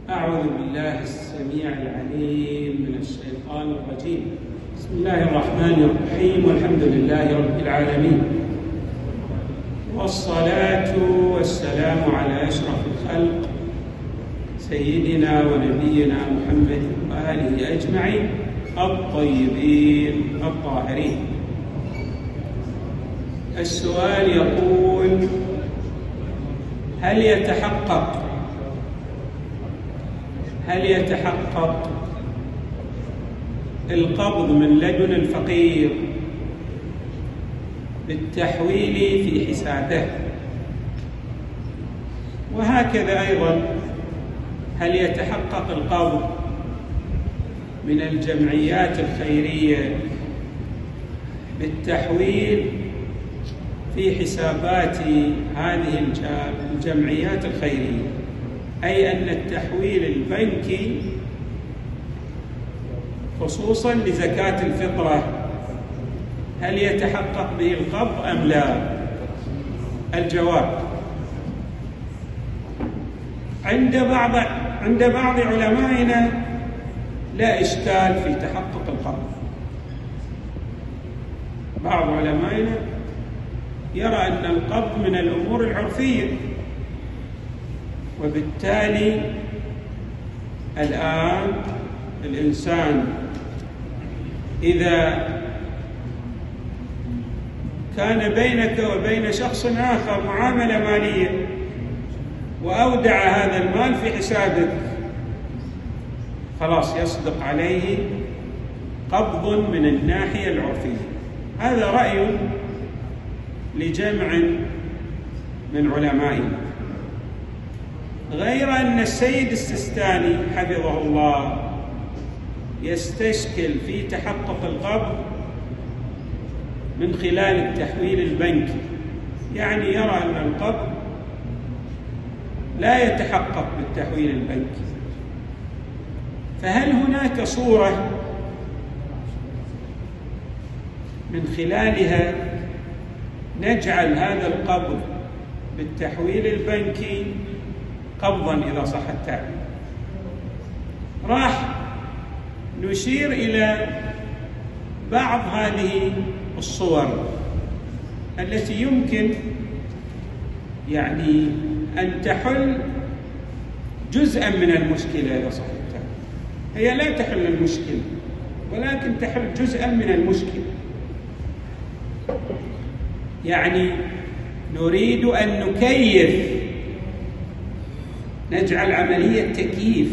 أعوذ بالله السميع العليم من الشيطان الرجيم. بسم الله الرحمن الرحيم، والحمد لله رب العالمين، والصلاة والسلام على أشرف الخلق سيدنا ونبينا محمد وآله أجمعين الطيبين الطاهرين. السؤال يقول: هل يتحقق القبض من لدن الفقير بالتحويل في حسابه؟ وهكذا أيضا هل يتحقق القبض من الجمعيات الخيرية بالتحويل في حسابات هذه الجمعيات الخيرية؟ أي أن التحويل البنكي خصوصاً لزكاة الفطرة هل يتحقق به القبض أم لا؟ الجواب: عند بعض علمائنا لا إشكال في تحقق القبض. بعض علمائنا يرى أن القبض من الأمور العرفية، وبالتالي الآن الإنسان إذا كان بينك وبين شخص آخر معاملة مالية وأودع هذا المال في حسابك، خلاص يصدق عليه قبض من الناحية العرفية. هذا رأي لجمع من علمائنا، غير أن السيد السيستاني حفظه الله يستشكل في تحقق القبض من خلال التحويل البنكي، يعني يرى أن القبض لا يتحقق بالتحويل البنكي. فهل هناك صورة من خلالها نجعل هذا القبض بالتحويل البنكي قبضاً إذا صح التعبير؟ راح نشير إلى بعض هذه الصور التي يمكن يعني أن تحل جزءاً من المشكلة إذا صح التعبير. هي لا تحل المشكلة، ولكن تحل جزءاً من المشكلة. يعني نريد أن نجعل عملية تكييف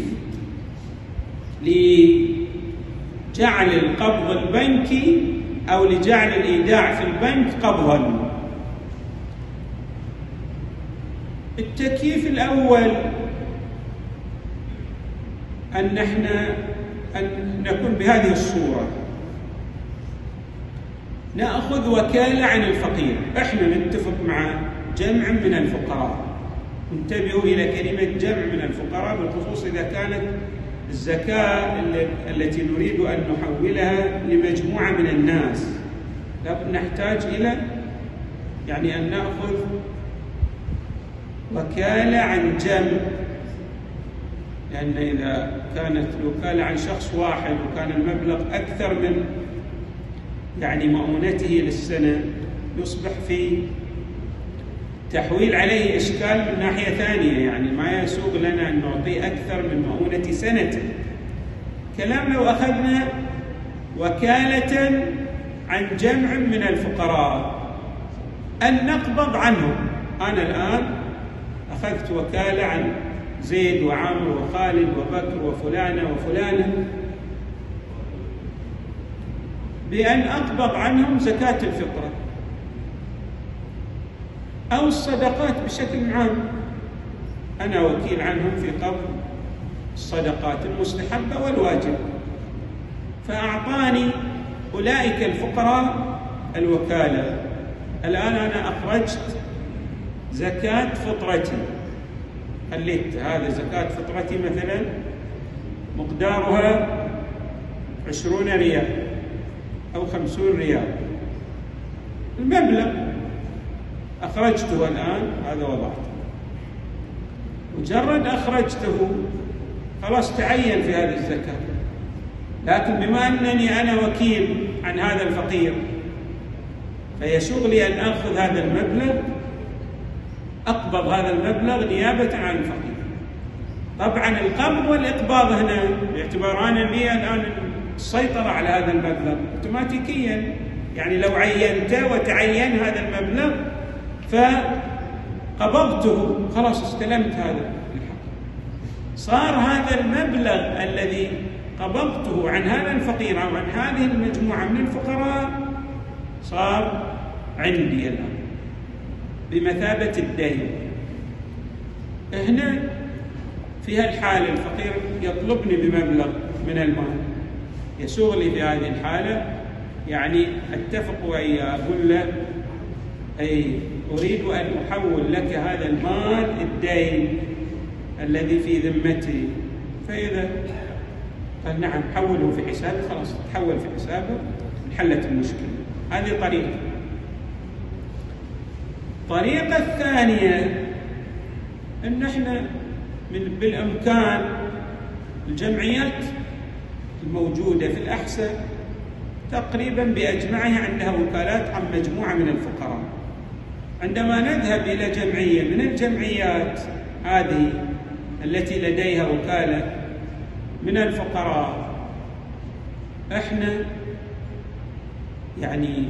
لجعل القبض البنكي أو لجعل الإيداع في البنك قبضاً. التكييف الأول أن نكون بهذه الصورة: نأخذ وكالة عن الفقير. إحنا نتفق مع جمع من الفقراء، انتبهوا إلى كلمة جمع من الفقراء، بالخصوص إذا كانت الزكاة التي نريد أن نحولها لمجموعة من الناس، نحتاج إلى يعني أن نأخذ وكالة عن جمع، لأن إذا كانت الوكالة عن شخص واحد وكان المبلغ أكثر من يعني مؤونته للسنة، يصبح في تحويل عليه إشكال من ناحية ثانية، يعني ما يسوغ لنا أن نعطيه أكثر من مؤونة سنته. كلام لو أخذنا وكالة عن جمع من الفقراء أن نقبض عنهم. أنا الآن أخذت وكالة عن زيد وعمر وخالد وبكر وفلانة وفلانة بأن أقبض عنهم زكاة الفطرة أو الصدقات بشكل عام. أنا وكيل عنهم في قبض الصدقات المستحبة والواجب، فأعطاني أولئك الفقراء الوكالة. الآن أنا أخرجت زكاة فطرتي، خليت هذا زكاة فطرتي مثلا مقدارها 20 ريال أو 50 ريال، المبلغ أخرجته الآن، هذا وضعته. مجرد أخرجته خلاص تعين في هذه الزكاة، لكن بما أنني أنا وكيل عن هذا الفقير فيسوغ لي أن أخذ هذا المبلغ، أقبض هذا المبلغ نيابة عن الفقير. طبعا القبض والإقباض هنا باعتبار أنا لي الآن السيطرة على هذا المبلغ اوتوماتيكيا، يعني لو عينته وتعين هذا المبلغ فقبضته خلاص استلمت هذا الحق، صار هذا المبلغ الذي قبضته عن هذا الفقير أو عن هذه المجموعة من الفقراء صار عندي الآن بمثابة الدين. هنا في هالحالة الفقير يطلبني بمبلغ من المال، يسوغ لي في هذه الحالة يعني أتفق وإياه، أقول له أي أريد أن أحول لك هذا المال الدين الذي في ذمتي، فإذا قال نعم حوله في حسابي خلاص تحول في حسابه، انحلت المشكلة. هذه طريقة. الطريقة الثانية أن احنا بالإمكان الجمعيات الموجودة في الأحساء تقريبا بأجمعها عندها وكالات عن مجموعة من الفقراء. عندما نذهب إلى جمعية من الجمعيات هذه التي لديها وكالة من الفقراء، احنا يعني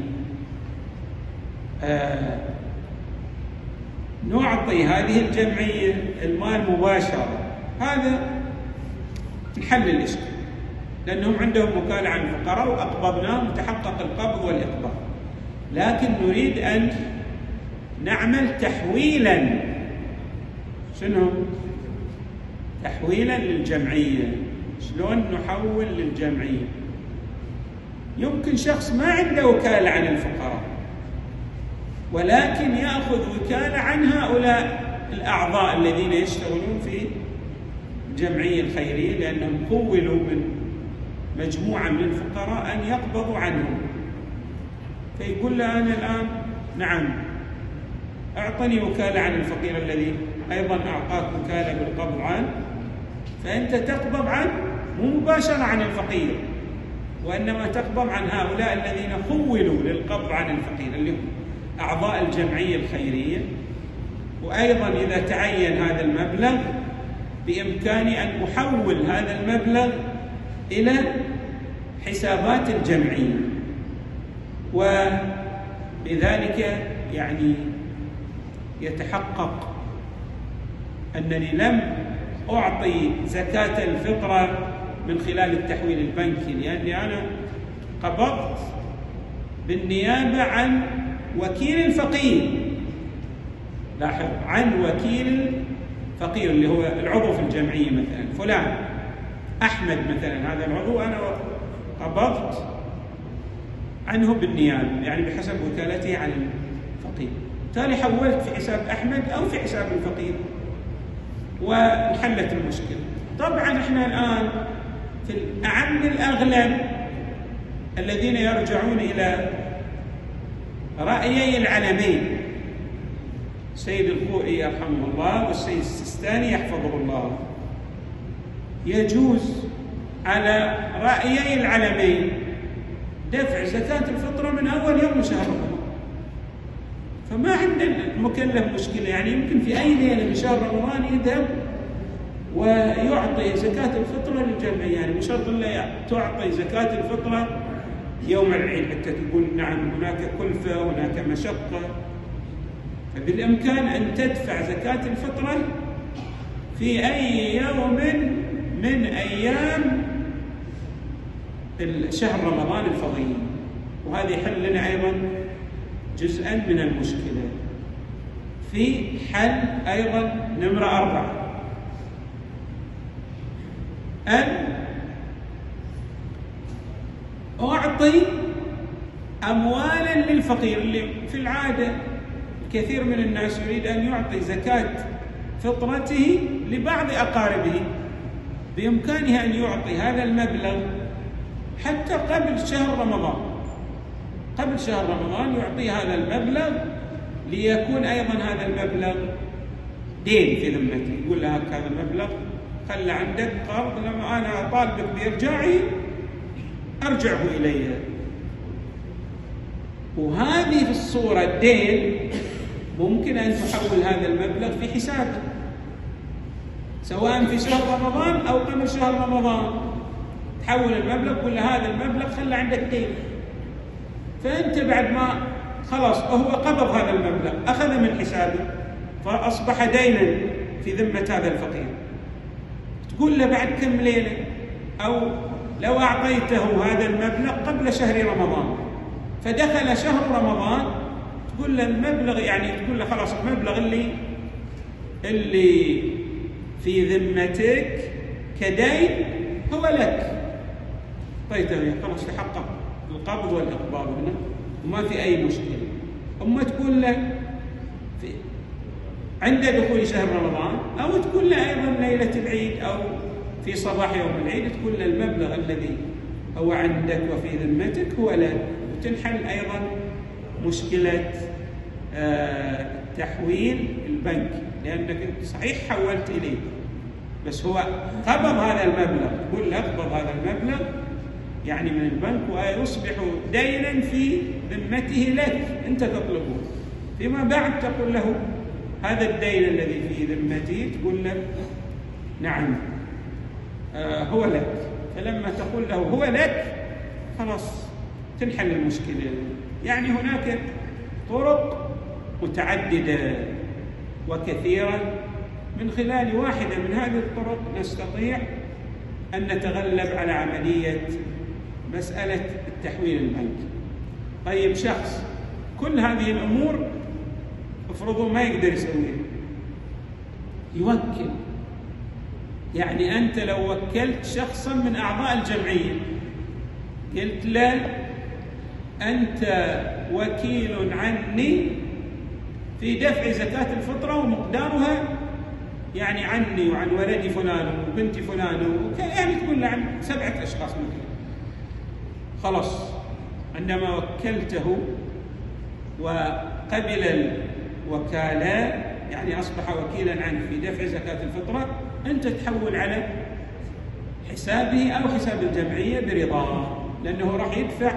نعطي هذه الجمعية المال مباشرة، هذا نحل الإشكال لأنهم عندهم وكالة عن الفقراء وأقبضناهم وتحقق القبض والإقباض. لكن نريد أن نعمل تحويلا، شنو؟ تحويلا للجمعية. شلون نحول للجمعية؟ يمكن شخص ما عنده وكالة عن الفقراء ولكن يأخذ وكالة عن هؤلاء الأعضاء الذين يشتغلون في الجمعية الخيرية لأنهم خولوا من مجموعة من الفقراء أن يقبضوا عنهم، فيقول له أنا الآن نعم أعطني وكالة عن الفقير الذي أيضا أعطاك وكالة بالقبض عنه، فأنت تقبض عنه مو مباشرة عن الفقير وإنما تقبض عن هؤلاء الذين خولوا للقبض عن الفقير اللي هم أعضاء الجمعية الخيرية. وأيضا إذا تعين هذا المبلغ بإمكاني أن أحول هذا المبلغ إلى حسابات الجمعية، وبذلك يعني يتحقق أنني لم أعطي زكاة الفطرة من خلال التحويل البنكي، لأني أنا قبضت بالنيابة عن وكيل الفقير. لاحظ، عن وكيل الفقير اللي هو العضو في الجمعية، مثلا فلان أحمد مثلا، هذا العضو أنا قبضت عنه بالنيابة يعني بحسب وكالته عن الفقير، بالتالي حولت في حساب أحمد أو في حساب الفقير وانحلت المشكلة. طبعا احنا الآن في الأعم الأغلب الذين يرجعون إلى رأيي العلمين، السيد الخوئي يرحمه الله والسيد السيستاني يحفظه الله، يجوز على رأيي العلمين دفع زكاة الفطرة من أول يوم من شهر رمضان، فما عند المكلف مشكلة. يعني يمكن في أي ليلة من شهر رمضان يذهب ويعطي زكاة الفطرة للجمعية، يعني مش شرط إلا تعطي زكاة الفطرة يوم العيد حتى تقول نعم هناك كلفة هناك مشقة، فبالإمكان أن تدفع زكاة الفطرة في أي يوم من أيام شهر رمضان الفضيل، وهذا يحل لنا أيضا جزءا من المشكلة. في حل أيضا نمرة 4، أن أعطي أموالا للفقير، اللي في العادة كثير من الناس يريد أن يعطي زكاة فطرته لبعض أقاربه، بإمكانه أن يعطي هذا المبلغ حتى قبل شهر رمضان، قبل شهر رمضان يعطي هذا المبلغ ليكون أيضا هذا المبلغ دين في ذمته، يقول له هذا المبلغ خلى عندك قرض، لما أنا أطالبك بإرجاعه أرجعه إلي. وهذه في الصورة الدين ممكن أن تحول هذا المبلغ في حسابك، سواء في شهر رمضان أو قبل شهر رمضان، تحول المبلغ ولا هذا المبلغ خلى عندك دين. فأنت بعد ما خلاص هو قبض هذا المبلغ أخذ من حسابه فأصبح دينا في ذمة هذا الفقير، تقول له بعد كم ليلة، أو لو أعطيته هذا المبلغ قبل شهر رمضان فدخل شهر رمضان، تقول له المبلغ، يعني تقول له خلاص المبلغ اللي في ذمتك كدين هو لك، أعطيته خلاص تحقق القبض والإقباض هنا وما في أي مشكلة. أما تقول له عند دخول شهر رمضان، أو تقول له أيضا ليلة العيد أو في صباح يوم العيد، تقول له المبلغ الذي هو عندك وفي ذمتك هو لك، وتنحل أيضا مشكلة تحويل البنك، لأنك صحيح حولت إليه بس هو قبض هذا المبلغ، تقول له اقبض هذا المبلغ يعني من البنك ويصبح دينا في ذمته لك، أنت تطلبه. فيما بعد تقول له هذا الدين الذي في ذمتي، تقول له نعم هو لك. فلما تقول له هو لك خلاص تنحل المشكلة. يعني هناك طرق متعددة وكثيرة، من خلال واحدة من هذه الطرق نستطيع أن نتغلب على عملية مسألة التحويل البنكي. طيب شخص كل هذه الأمور افرضوا ما يقدر يسويها، يوكل. يعني أنت لو وكلت شخصا من أعضاء الجمعية قلت له أنت وكيل عني في دفع زكاة الفطرة ومقدارها يعني عني وعن ولدي فلان وبنتي فلان، يعني تقول له عن 7 أشخاص مثلا، خلاص عندما وكلته وقبل الوكالة يعني أصبح وكيلا عنك في دفع زكاة الفطرة، أنت تحول على حسابه أو حساب الجمعية برضاه، لأنه راح يدفع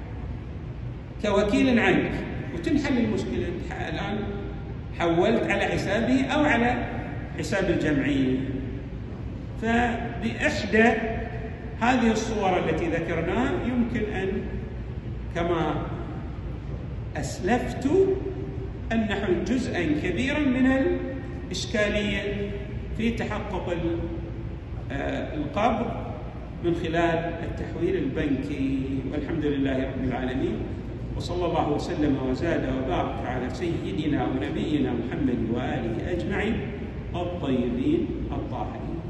كوكيل عنك وتنحل المشكلة. الآن حولت على حسابه أو على حساب الجمعية. فبإحدى هذه الصور التي ذكرناها يمكن أن كما أسلفت أن نحل جزءاً كبيراً من الإشكالية في تحقق القبض من خلال التحويل البنكي. والحمد لله رب العالمين، وصلى الله وسلم وزاد وبارك على سيدنا ونبينا محمد وآله أجمعين الطيبين الطاهرين.